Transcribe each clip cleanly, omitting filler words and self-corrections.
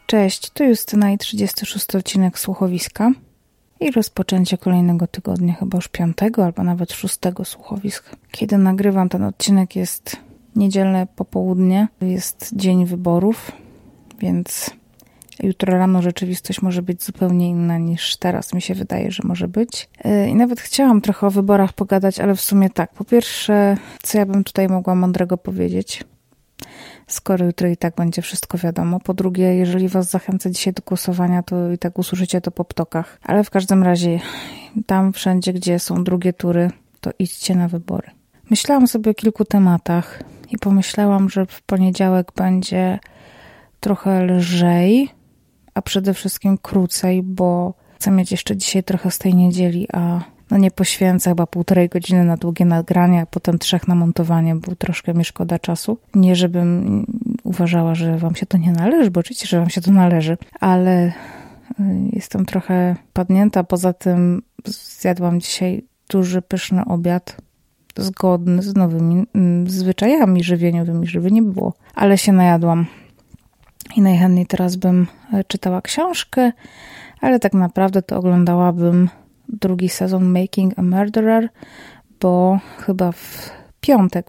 Cześć, to Justyna i 36 odcinek Słuchowiska i rozpoczęcie kolejnego tygodnia, chyba już 5 albo nawet 6 słuchowiska. Kiedy nagrywam ten odcinek jest niedzielne popołudnie, jest dzień wyborów, więc jutro rano rzeczywistość może być zupełnie inna niż teraz mi się wydaje, że może być. I nawet chciałam trochę o wyborach pogadać, ale w sumie tak. Po pierwsze, co ja bym tutaj mogła mądrego powiedzieć, skoro jutro i tak będzie wszystko wiadomo. Po drugie, jeżeli was zachęcę dzisiaj do głosowania, to i tak usłyszycie to po ptokach. Ale w każdym razie, tam wszędzie, gdzie są drugie tury, to idźcie na wybory. Myślałam sobie o kilku tematach i pomyślałam, że w poniedziałek będzie trochę lżej, a przede wszystkim krócej, bo chcę mieć jeszcze dzisiaj trochę z tej niedzieli, a nie poświęcę chyba 1,5 godziny na długie nagrania, a potem 3 na montowanie, bo troszkę mi szkoda czasu. Nie, żebym uważała, że wam się to nie należy, bo oczywiście, że wam się to należy, ale jestem trochę padnięta. Poza tym zjadłam dzisiaj duży, pyszny obiad, zgodny z nowymi zwyczajami żywieniowymi, żeby nie było. Ale się najadłam i najchętniej teraz bym czytała książkę, ale tak naprawdę to oglądałabym drugi sezon Making a Murderer, bo chyba w piątek,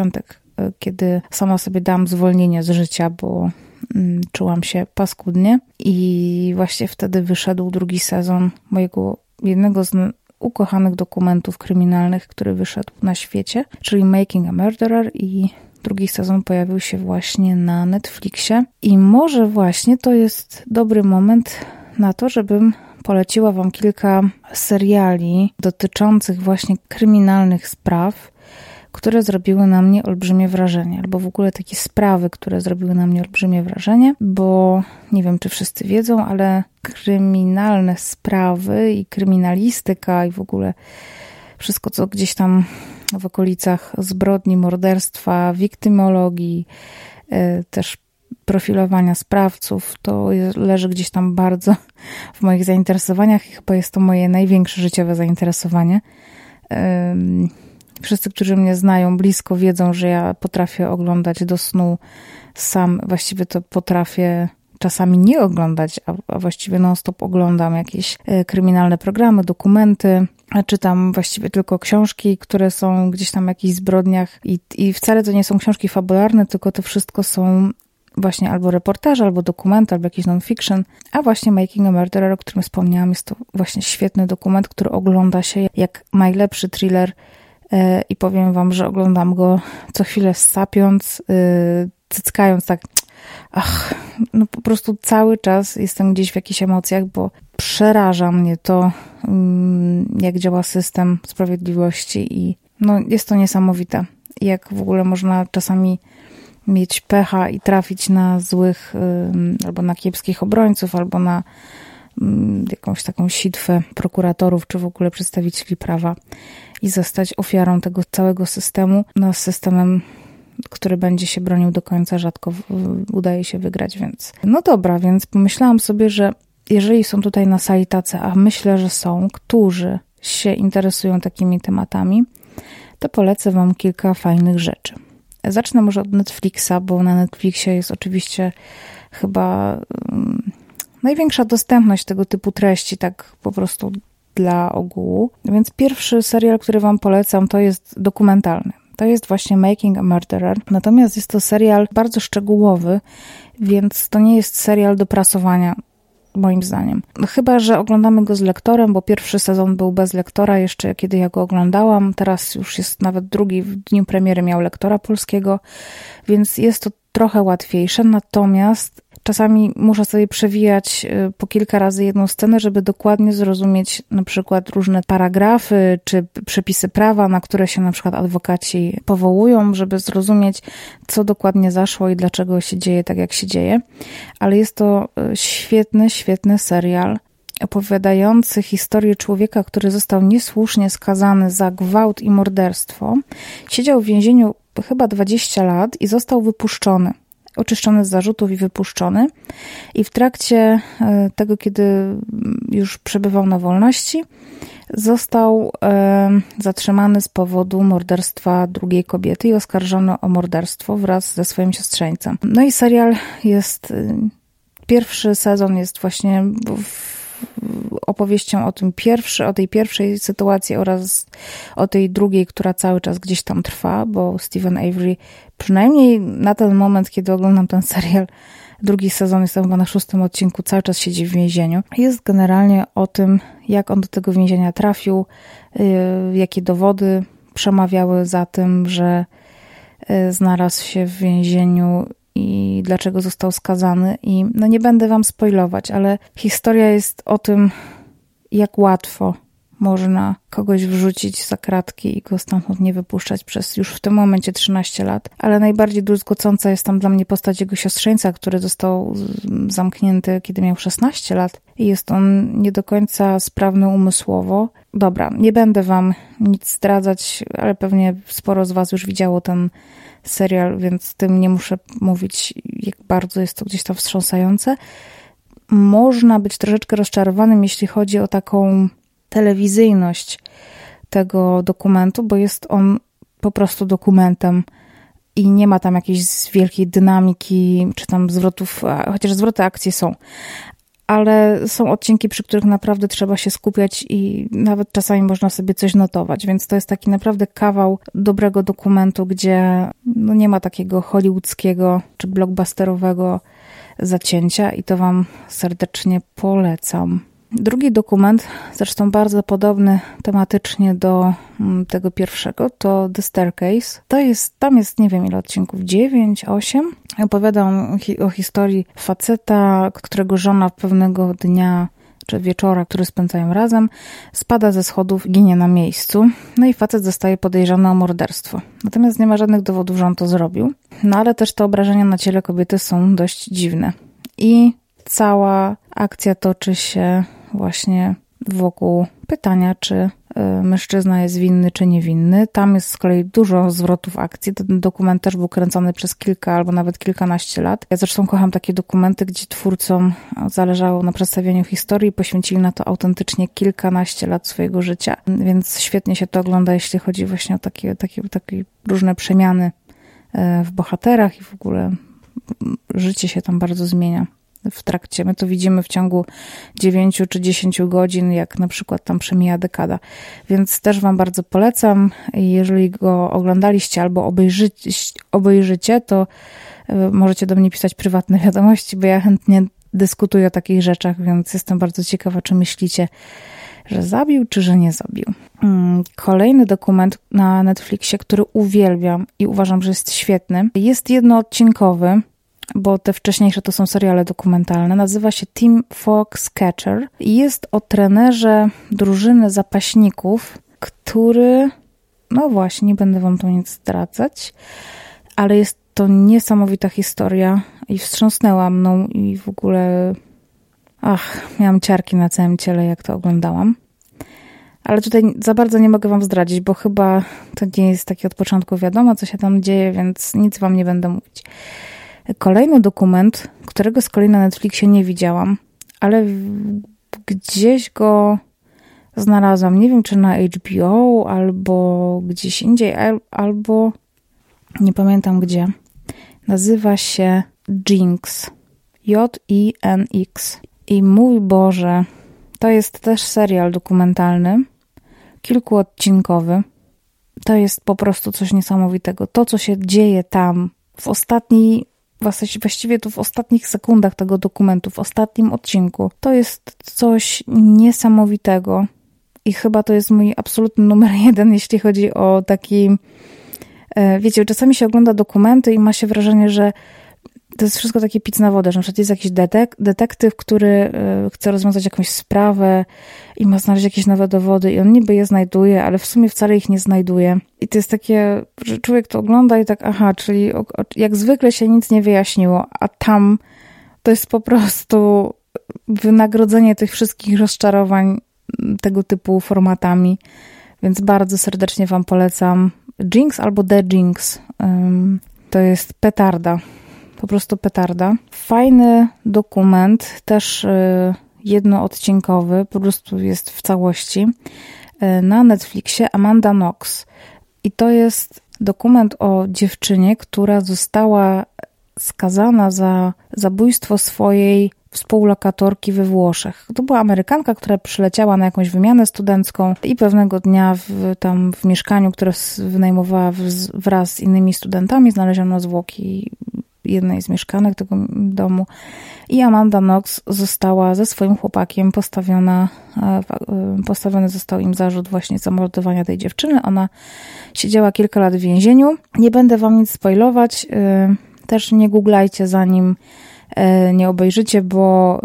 kiedy sama sobie dałam zwolnienie z życia, bo czułam się paskudnie i właśnie wtedy wyszedł drugi sezon mojego jednego z ukochanych dokumentów kryminalnych, który wyszedł na świecie, czyli Making a Murderer, i drugi sezon pojawił się właśnie na Netflixie i może właśnie to jest dobry moment na to, żebym poleciła wam kilka seriali dotyczących właśnie kryminalnych spraw, które zrobiły na mnie olbrzymie wrażenie, albo w ogóle takie sprawy, które zrobiły na mnie olbrzymie wrażenie, bo nie wiem, czy wszyscy wiedzą, ale kryminalne sprawy i kryminalistyka i w ogóle wszystko, co gdzieś tam w okolicach zbrodni, morderstwa, wiktymologii, też profilowania sprawców, to leży gdzieś tam bardzo w moich zainteresowaniach i chyba jest to moje największe życiowe zainteresowanie. Wszyscy, którzy mnie znają blisko, wiedzą, że ja potrafię oglądać do snu sam. Właściwie to potrafię czasami nie oglądać, a właściwie non-stop oglądam jakieś kryminalne programy, dokumenty. Czytam właściwie tylko książki, które są gdzieś tam w jakichś zbrodniach i wcale to nie są książki fabularne, tylko to wszystko są właśnie albo reportaże, albo dokumenty, albo jakiś non-fiction. A właśnie Making a Murderer, o którym wspomniałam, jest to właśnie świetny dokument, który ogląda się jak najlepszy thriller i powiem wam, że oglądam go co chwilę sapiąc, cyckając tak. Po prostu cały czas jestem gdzieś w jakichś emocjach, bo przeraża mnie to, jak działa system sprawiedliwości i jest to niesamowite. Jak w ogóle można czasami mieć pecha i trafić na złych albo na kiepskich obrońców, albo na jakąś taką sitwę prokuratorów, czy w ogóle przedstawicieli prawa i zostać ofiarą tego całego systemu. Systemem, który będzie się bronił do końca, rzadko udaje się wygrać, więc dobra, więc pomyślałam sobie, że jeżeli są tutaj na sali tacy, a myślę, że są, którzy się interesują takimi tematami, to polecę wam kilka fajnych rzeczy. Zacznę może od Netflixa, bo na Netflixie jest oczywiście chyba największa dostępność tego typu treści, tak po prostu dla ogółu. Więc pierwszy serial, który wam polecam, to jest dokumentalny. To jest właśnie Making a Murderer. Natomiast jest to serial bardzo szczegółowy, więc to nie jest serial do prasowania, moim zdaniem. Chyba że oglądamy go z lektorem, bo pierwszy sezon był bez lektora jeszcze kiedy ja go oglądałam. Teraz już jest nawet drugi, w dniu premiery miał lektora polskiego, więc jest to trochę łatwiejsze. Natomiast czasami muszę sobie przewijać po kilka razy jedną scenę, żeby dokładnie zrozumieć na przykład różne paragrafy czy przepisy prawa, na które się na przykład adwokaci powołują, żeby zrozumieć, co dokładnie zaszło i dlaczego się dzieje tak, jak się dzieje. Ale jest to świetny serial opowiadający historię człowieka, który został niesłusznie skazany za gwałt i morderstwo. Siedział w więzieniu chyba 20 lat i został wypuszczony. Oczyszczony z zarzutów i wypuszczony. I w trakcie tego, kiedy już przebywał na wolności, został zatrzymany z powodu morderstwa drugiej kobiety i oskarżony o morderstwo wraz ze swoim siostrzeńcem. No i serial jest Pierwszy sezon jest właśnie opowieścią o tej pierwszej sytuacji oraz o tej drugiej, która cały czas gdzieś tam trwa, bo Stephen Avery, przynajmniej na ten moment, kiedy oglądam ten serial, drugi sezon, jestem chyba na 6. odcinku, cały czas siedzi w więzieniu. Jest generalnie o tym, jak on do tego więzienia trafił, jakie dowody przemawiały za tym, że znalazł się w więzieniu i dlaczego został skazany. I no nie będę wam spoilować, ale historia jest o tym, jak łatwo można kogoś wrzucić za kratki i go stamtąd nie wypuszczać przez już w tym momencie 13 lat. Ale najbardziej druzgocąca jest tam dla mnie postać jego siostrzeńca, który został zamknięty, kiedy miał 16 lat. I jest on nie do końca sprawny umysłowo. Dobra, nie będę wam nic zdradzać, ale pewnie sporo z was już widziało ten serial, więc tym nie muszę mówić, jak bardzo jest to gdzieś tam wstrząsające. Można być troszeczkę rozczarowanym, jeśli chodzi o taką telewizyjność tego dokumentu, bo jest on po prostu dokumentem i nie ma tam jakiejś wielkiej dynamiki, czy tam zwrotów, chociaż zwroty akcji są. Ale są odcinki, przy których naprawdę trzeba się skupiać i nawet czasami można sobie coś notować, więc to jest taki naprawdę kawał dobrego dokumentu, gdzie no nie ma takiego hollywoodzkiego czy blockbusterowego zacięcia i to wam serdecznie polecam. Drugi dokument, zresztą bardzo podobny tematycznie do tego pierwszego, to The Staircase. Tam jest nie wiem ile odcinków, 9, 8. Opowiada o historii faceta, którego żona pewnego dnia czy wieczora, który spędzają razem, spada ze schodów i ginie na miejscu. No i facet zostaje podejrzany o morderstwo. Natomiast nie ma żadnych dowodów, że on to zrobił. No ale też te obrażenia na ciele kobiety są dość dziwne. I cała akcja toczy się właśnie wokół pytania, czy mężczyzna jest winny, czy niewinny. Tam jest z kolei dużo zwrotów akcji. Ten dokument też był kręcony przez kilka albo nawet kilkanaście lat. Ja zresztą kocham takie dokumenty, gdzie twórcom zależało na przedstawieniu historii i poświęcili na to autentycznie kilkanaście lat swojego życia. Więc świetnie się to ogląda, jeśli chodzi właśnie o takie różne przemiany w bohaterach i w ogóle życie się tam bardzo zmienia w trakcie. My to widzimy w ciągu 9 czy 10 godzin, jak na przykład tam przemija dekada. Więc też wam bardzo polecam. Jeżeli go oglądaliście albo obejrzycie, to możecie do mnie pisać prywatne wiadomości, bo ja chętnie dyskutuję o takich rzeczach, więc jestem bardzo ciekawa, czy myślicie, że zabił, czy że nie zabił. Kolejny dokument na Netflixie, który uwielbiam i uważam, że jest świetny, jest jednoodcinkowy, bo te wcześniejsze to są seriale dokumentalne. Nazywa się Team Foxcatcher i jest o trenerze drużyny zapaśników, który, no właśnie, nie będę wam tu nic zdradzać, ale jest to niesamowita historia i wstrząsnęła mną i w ogóle miałam ciarki na całym ciele, jak to oglądałam. Ale tutaj za bardzo nie mogę wam zdradzić, bo chyba to nie jest takie od początku wiadomo, co się tam dzieje, więc nic wam nie będę mówić. Kolejny dokument, którego z kolei na Netflixie nie widziałam, ale gdzieś go znalazłam. Nie wiem, czy na HBO, albo gdzieś indziej, albo nie pamiętam gdzie. Nazywa się Jinx. Jinx. I mój Boże, to jest też serial dokumentalny, kilkuodcinkowy. To jest po prostu coś niesamowitego. To, co się dzieje tam właściwie to w ostatnich sekundach tego dokumentu, w ostatnim odcinku, to jest coś niesamowitego i chyba to jest mój absolutny numer 1, jeśli chodzi o taki, wiecie, czasami się ogląda dokumenty i ma się wrażenie, że to jest wszystko takie pic na wodę, że na przykład jest jakiś detektyw, który chce rozwiązać jakąś sprawę i ma znaleźć jakieś nowe dowody i on niby je znajduje, ale w sumie wcale ich nie znajduje. I to jest takie, że człowiek to ogląda i tak, czyli jak zwykle się nic nie wyjaśniło, a tam to jest po prostu wynagrodzenie tych wszystkich rozczarowań tego typu formatami. Więc bardzo serdecznie wam polecam Jinx albo The Jinx. To jest petarda. Po prostu petarda. Fajny dokument, też jednoodcinkowy, po prostu jest w całości, na Netflixie Amanda Knox. I to jest dokument o dziewczynie, która została skazana za zabójstwo swojej współlokatorki we Włoszech. To była Amerykanka, która przyleciała na jakąś wymianę studencką i pewnego dnia w mieszkaniu, które wynajmowała wraz z innymi studentami, znaleziono zwłoki jednej z mieszkanek tego domu i Amanda Knox została ze swoim chłopakiem postawiony został im zarzut właśnie zamordowania tej dziewczyny. Ona siedziała kilka lat w więzieniu. Nie będę wam nic spoilować, też nie googlajcie zanim nie obejrzycie, bo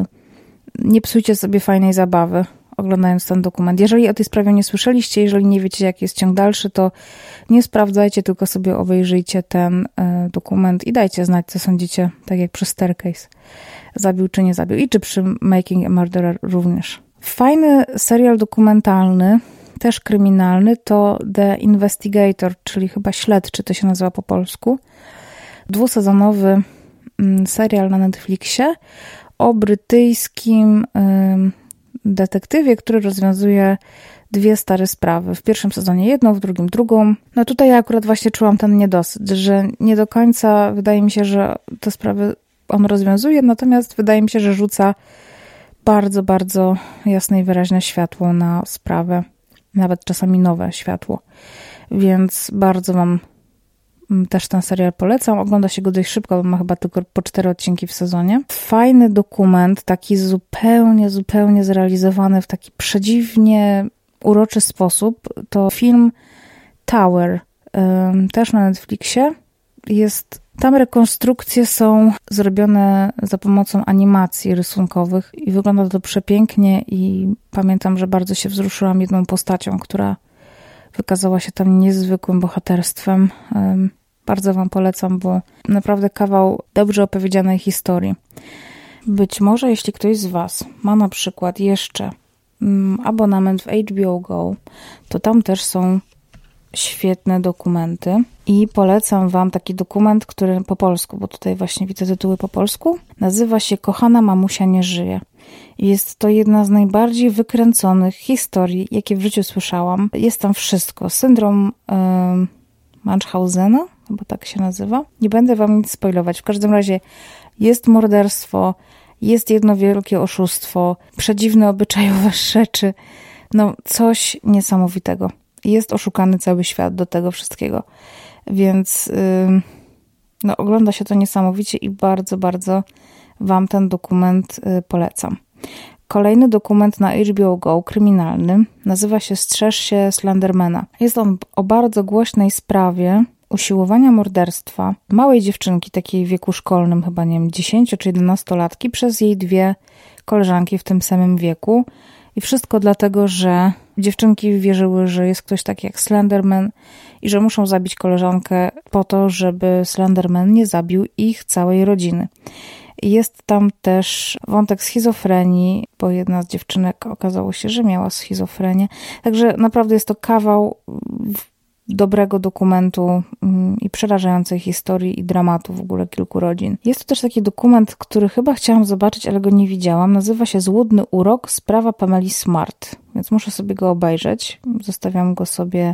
nie psujcie sobie fajnej zabawy oglądając ten dokument. Jeżeli o tej sprawie nie słyszeliście, jeżeli nie wiecie, jaki jest ciąg dalszy, to nie sprawdzajcie, tylko sobie obejrzyjcie ten dokument i dajcie znać, co sądzicie, tak jak przy Staircase. Zabił czy nie zabił. I czy przy Making a Murderer również. Fajny serial dokumentalny, też kryminalny, to The Investigator, czyli chyba Śledczy, to się nazywa po polsku. 2-sezonowy serial na Netflixie o brytyjskim detektywie, który rozwiązuje 2 stare sprawy. W pierwszym sezonie jedną, w drugim drugą. No tutaj ja akurat właśnie czułam ten niedosyt, że nie do końca wydaje mi się, że te sprawy on rozwiązuje, natomiast wydaje mi się, że rzuca bardzo, bardzo jasne i wyraźne światło na sprawę. Nawet czasami nowe światło. Więc bardzo wam też ten serial polecam. Ogląda się go dość szybko, bo ma chyba tylko po 4 odcinki w sezonie. Fajny dokument, taki zupełnie zrealizowany w taki przedziwnie uroczy sposób. To film Tower, też na Netflixie. Tam rekonstrukcje są zrobione za pomocą animacji rysunkowych i wygląda to przepięknie i pamiętam, że bardzo się wzruszyłam jedną postacią, która wykazała się tam niezwykłym bohaterstwem. Bardzo wam polecam, bo naprawdę kawał dobrze opowiedzianej historii. Być może jeśli ktoś z was ma na przykład jeszcze abonament w HBO Go, to tam też są świetne dokumenty i polecam wam taki dokument, który po polsku, bo tutaj właśnie widzę tytuły po polsku, nazywa się Kochana mamusia nie żyje. Jest to jedna z najbardziej wykręconych historii, jakie w życiu słyszałam. Jest tam wszystko. Syndrom Munchhausena, bo tak się nazywa. Nie będę wam nic spoilować. W każdym razie jest morderstwo, jest jedno wielkie oszustwo, przedziwne obyczajowe rzeczy. No coś niesamowitego. Jest oszukany cały świat do tego wszystkiego. Więc ogląda się to niesamowicie i bardzo, bardzo wam ten dokument polecam. Kolejny dokument na HBO Go, kryminalny, nazywa się Strzeż się Slendermana. Jest on o bardzo głośnej sprawie usiłowania morderstwa małej dziewczynki, takiej w wieku szkolnym, chyba nie wiem, 10 czy 11-latki, przez jej 2 koleżanki w tym samym wieku. I wszystko dlatego, że dziewczynki wierzyły, że jest ktoś taki jak Slenderman i że muszą zabić koleżankę po to, żeby Slenderman nie zabił ich całej rodziny. Jest tam też wątek schizofrenii, bo jedna z dziewczynek okazało się, że miała schizofrenię. Także naprawdę jest to kawał dobrego dokumentu i przerażającej historii i dramatu w ogóle kilku rodzin. Jest to też taki dokument, który chyba chciałam zobaczyć, ale go nie widziałam. Nazywa się Złudny urok, sprawa Pameli Smart. Więc muszę sobie go obejrzeć. Zostawiam go sobie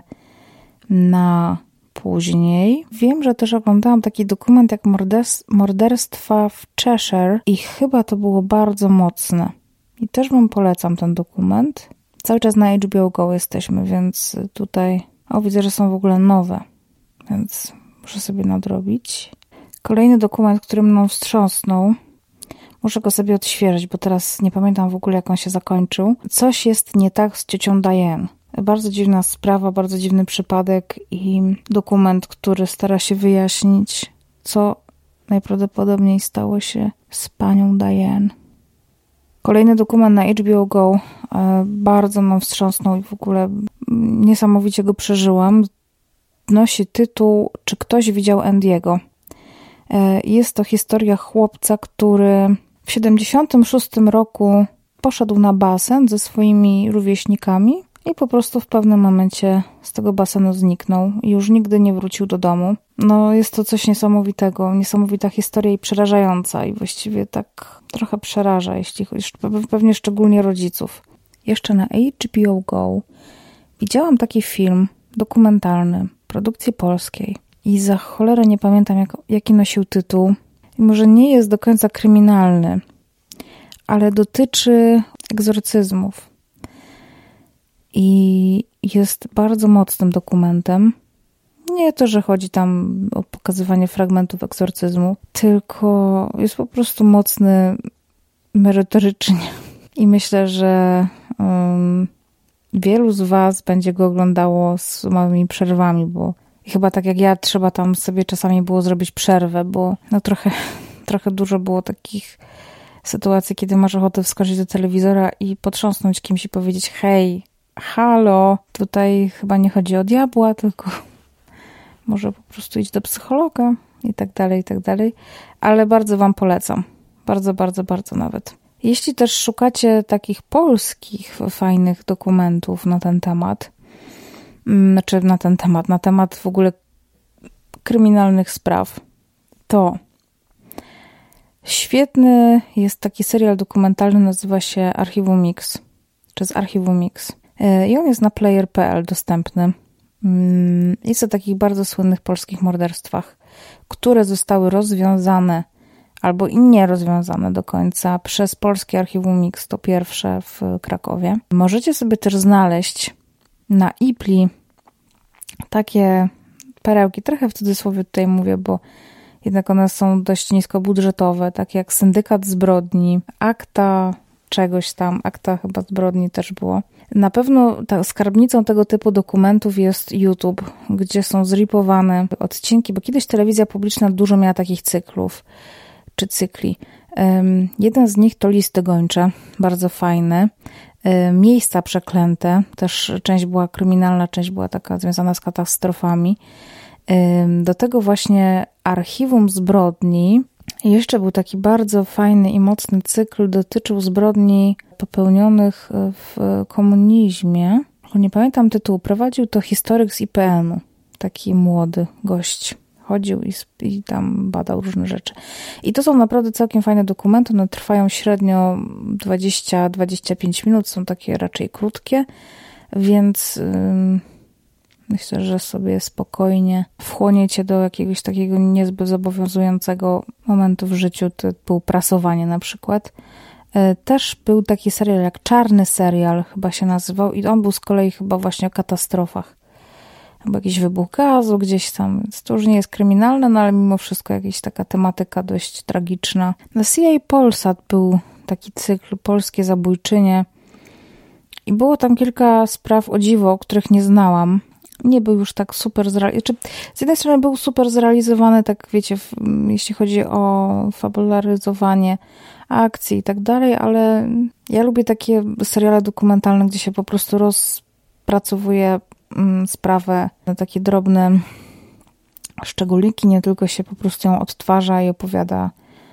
na później. Wiem, że też oglądałam taki dokument jak Morderstwa w Cheshire i chyba to było bardzo mocne. I też wam polecam ten dokument. Cały czas na HBO Go jesteśmy, więc tutaj widzę, że są w ogóle nowe, więc muszę sobie nadrobić. Kolejny dokument, który mną wstrząsnął. Muszę go sobie odświeżyć, bo teraz nie pamiętam w ogóle, jak on się zakończył. Coś jest nie tak z ciocią Diane. Bardzo dziwna sprawa, bardzo dziwny przypadek i dokument, który stara się wyjaśnić, co najprawdopodobniej stało się z panią Diane. Kolejny dokument na HBO Go bardzo mną wstrząsnął i w ogóle niesamowicie go przeżyłam. Nosi tytuł Czy ktoś widział Andiego? Jest to historia chłopca, który w 76 roku poszedł na basen ze swoimi rówieśnikami i po prostu w pewnym momencie z tego basenu zniknął i już nigdy nie wrócił do domu. No jest to coś niesamowitego, niesamowita historia i przerażająca i właściwie tak trochę przeraża, jeśli chodzi, pewnie szczególnie rodziców. Jeszcze na HBO Go widziałam taki film dokumentalny produkcji polskiej i za cholerę nie pamiętam, jaki nosił tytuł. Może nie jest do końca kryminalny, ale dotyczy egzorcyzmów. I jest bardzo mocnym dokumentem. Nie to, że chodzi tam o pokazywanie fragmentów egzorcyzmu, tylko jest po prostu mocny merytorycznie. I myślę, że wielu z Was będzie go oglądało z małymi przerwami, bo chyba tak jak ja, trzeba tam sobie czasami było zrobić przerwę, bo no trochę dużo było takich sytuacji, kiedy masz ochotę wskoczyć do telewizora i potrząsnąć kimś i powiedzieć: hej, halo, tutaj chyba nie chodzi o diabła, tylko może po prostu iść do psychologa i tak dalej, i tak dalej. Ale bardzo Wam polecam. Bardzo, bardzo, bardzo nawet. Jeśli też szukacie takich polskich fajnych dokumentów na ten temat, na temat w ogóle kryminalnych spraw, to świetny jest taki serial dokumentalny, nazywa się Archiwum Mix, czy z Archiwum Mix. I on jest na player.pl dostępny. Jest o takich bardzo słynnych polskich morderstwach, które zostały rozwiązane albo i nie rozwiązane do końca przez Polskie Archiwum Mix, to pierwsze w Krakowie. Możecie sobie też znaleźć na Ipli takie perełki, trochę w cudzysłowie tutaj mówię, bo jednak one są dość niskobudżetowe, takie jak Syndykat Zbrodni, Akta czegoś tam, Akta chyba zbrodni też było. Na pewno skarbnicą tego typu dokumentów jest YouTube, gdzie są zripowane odcinki, bo kiedyś telewizja publiczna dużo miała takich cyklów, czy cykli. Jeden z nich to Listy gończe, bardzo fajny. Miejsca przeklęte, też część była kryminalna, część była taka związana z katastrofami. Do tego właśnie Archiwum Zbrodni. Jeszcze był taki bardzo fajny i mocny cykl, dotyczył zbrodni popełnionych w komunizmie. Nie pamiętam tytułu, prowadził to historyk z IPN-u, taki młody gość. Chodził i tam badał różne rzeczy. I to są naprawdę całkiem fajne dokumenty. One trwają średnio 20-25 minut. Są takie raczej krótkie, więc myślę, że sobie spokojnie wchłoniecie do jakiegoś takiego niezbyt zobowiązującego momentu w życiu, typu prasowanie na przykład. Też był taki serial jak Czarny Serial, chyba się nazywał, i on był z kolei chyba właśnie o katastrofach. Albo jakiś wybuch gazu gdzieś tam, więc to już nie jest kryminalne, no ale mimo wszystko jakaś taka tematyka dość tragiczna. Na CIA Polsat był taki cykl Polskie Zabójczynie i było tam kilka spraw, o dziwo, których nie znałam. Nie był już tak super zrealizowany. Z jednej strony był super zrealizowany, tak wiecie, jeśli chodzi o fabularyzowanie akcji i tak dalej, ale ja lubię takie seriale dokumentalne, gdzie się po prostu rozpracowuje sprawę na takie drobne szczególiki, nie tylko się po prostu ją odtwarza i opowiada,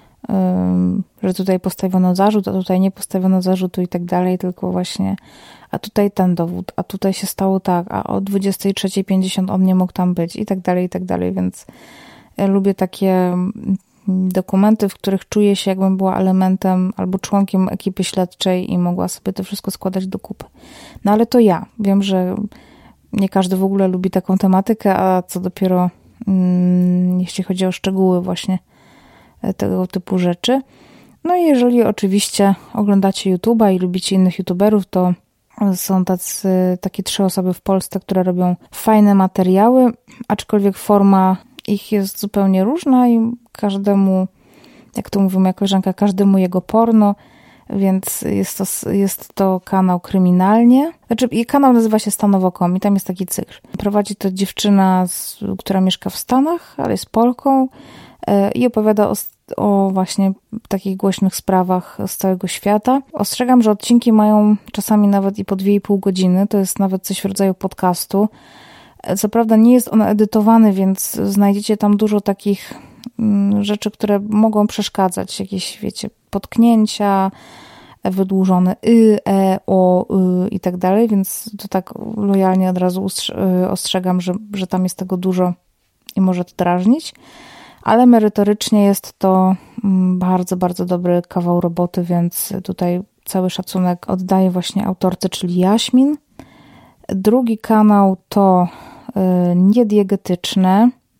że tutaj postawiono zarzut, a tutaj nie postawiono zarzutu i tak dalej, tylko właśnie a tutaj ten dowód, a tutaj się stało tak, a o 23:50 on nie mógł tam być i tak dalej, więc ja lubię takie dokumenty, w których czuję się, jakbym była elementem albo członkiem ekipy śledczej i mogła sobie to wszystko składać do kupy. No ale to ja. Wiem, że nie każdy w ogóle lubi taką tematykę, a co dopiero jeśli chodzi o szczegóły właśnie tego typu rzeczy. No i jeżeli oczywiście oglądacie YouTube'a i lubicie innych YouTuberów, to są takie 3 osoby w Polsce, które robią fajne materiały, aczkolwiek forma ich jest zupełnie różna i każdemu, jak to mówią moja koleżanka, każdemu jego porno, więc jest to kanał kryminalnie. Znaczy, kanał nazywa się Stanowo.com i tam jest taki cykl. Prowadzi to dziewczyna, która mieszka w Stanach, ale jest Polką i opowiada o właśnie takich głośnych sprawach z całego świata. Ostrzegam, że odcinki mają czasami nawet i po 2,5 godziny. To jest nawet coś w rodzaju podcastu. Co prawda nie jest on edytowany, więc znajdziecie tam dużo takich rzeczy, które mogą przeszkadzać. Jakieś, wiecie, potknięcia, wydłużone o i tak dalej, więc to tak lojalnie od razu ostrzegam, że tam jest tego dużo i może to drażnić. Ale merytorycznie jest to bardzo, bardzo dobry kawał roboty, więc tutaj cały szacunek oddaję właśnie autorce, czyli Jaśmin. Drugi kanał to Niediegetyczne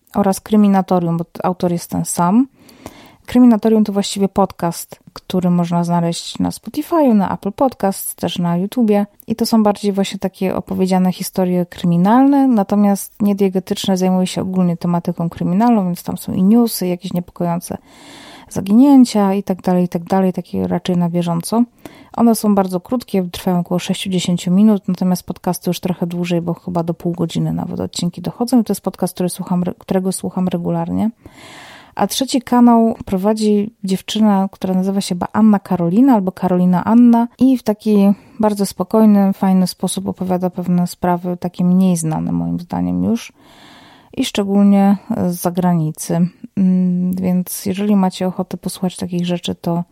oraz Kryminatorium, bo autor jest ten sam. Kryminatorium to właściwie podcast, który można znaleźć na Spotify, na Apple Podcast, też na YouTubie. I to są bardziej właśnie takie opowiedziane historie kryminalne, natomiast Niediegetyczne zajmuje się ogólnie tematyką kryminalną, więc tam są i newsy, jakieś niepokojące zaginięcia i tak dalej, takie raczej na bieżąco. One są bardzo krótkie, trwają około 6-10 minut, natomiast podcasty już trochę dłużej, bo chyba do pół godziny nawet odcinki dochodzą i to jest podcast, którego słucham regularnie. A trzeci kanał prowadzi dziewczyna, która nazywa się Anna Karolina albo Karolina Anna i w taki bardzo spokojny, fajny sposób opowiada pewne sprawy, takie mniej znane moim zdaniem już i szczególnie z zagranicy. Więc jeżeli macie ochotę posłuchać takich rzeczy, to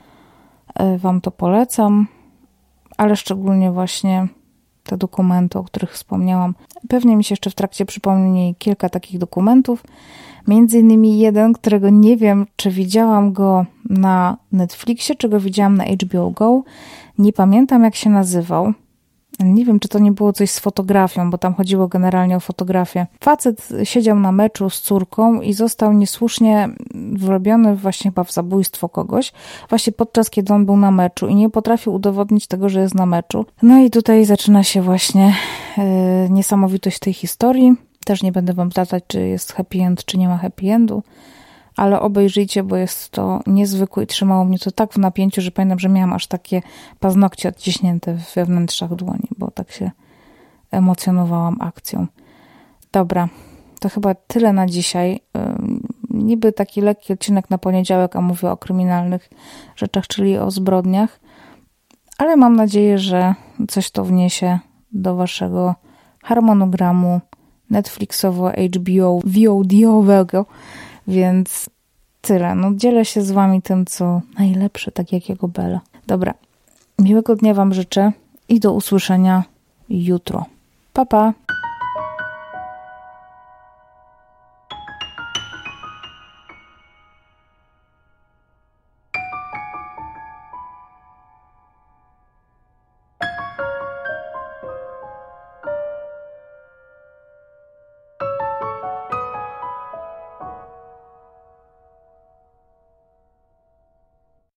Wam to polecam, ale szczególnie właśnie te dokumenty, o których wspomniałam. Pewnie mi się jeszcze w trakcie przypomni kilka takich dokumentów, między innymi jeden, którego nie wiem, czy widziałam go na Netflixie, czy go widziałam na HBO Go. Nie pamiętam, jak się nazywał. Nie wiem, czy to nie było coś z fotografią, bo tam chodziło generalnie o fotografię. Facet siedział na meczu z córką i został niesłusznie wrobiony właśnie chyba w zabójstwo kogoś, właśnie podczas kiedy on był na meczu i nie potrafił udowodnić tego, że jest na meczu. No i tutaj zaczyna się właśnie niesamowitość tej historii. Też nie będę wam zdradzać, czy jest happy end, czy nie ma happy endu, ale obejrzyjcie, bo jest to niezwykłe i trzymało mnie to tak w napięciu, że pamiętam, że miałam aż takie paznokcie odciśnięte we wnętrzach dłoni, bo tak się emocjonowałam akcją. Dobra, to chyba tyle na dzisiaj. Niby taki lekki odcinek na poniedziałek, a mówię o kryminalnych rzeczach, czyli o zbrodniach, ale mam nadzieję, że coś to wniesie do waszego harmonogramu Netflixowo, HBO, VOD-owego, więc tyle. No dzielę się z wami tym, co najlepsze, tak jak jego Bella. Dobra, miłego dnia wam życzę i do usłyszenia jutro. Pa, pa!